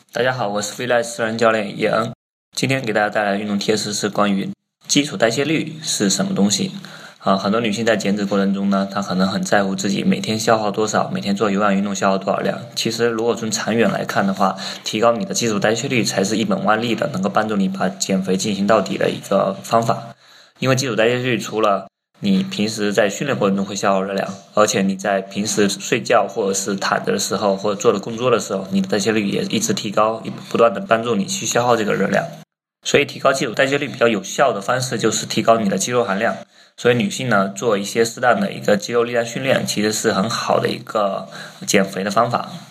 大家好，我是 Freelance 私人教练叶恩。今天给大家带来的运动贴士是关于基础代谢率是什么东西。很多女性在减脂过程中呢，她可能很在乎自己每天消耗多少，每天做有氧运动消耗多少量。其实如果从长远来看的话，提高你的基础代谢率才是一本万利的，能够帮助你把减肥进行到底的一个方法。因为基础代谢率除了你平时在训练过程中会消耗热量，而且你在平时睡觉或者是躺着的时候，或者做的工作的时候，你的代谢率也一直提高，不断的帮助你去消耗这个热量。所以提高基础代谢率比较有效的方式就是提高你的肌肉含量。所以女性呢，做一些适当的一个肌肉力量训练，其实是很好的一个减肥的方法。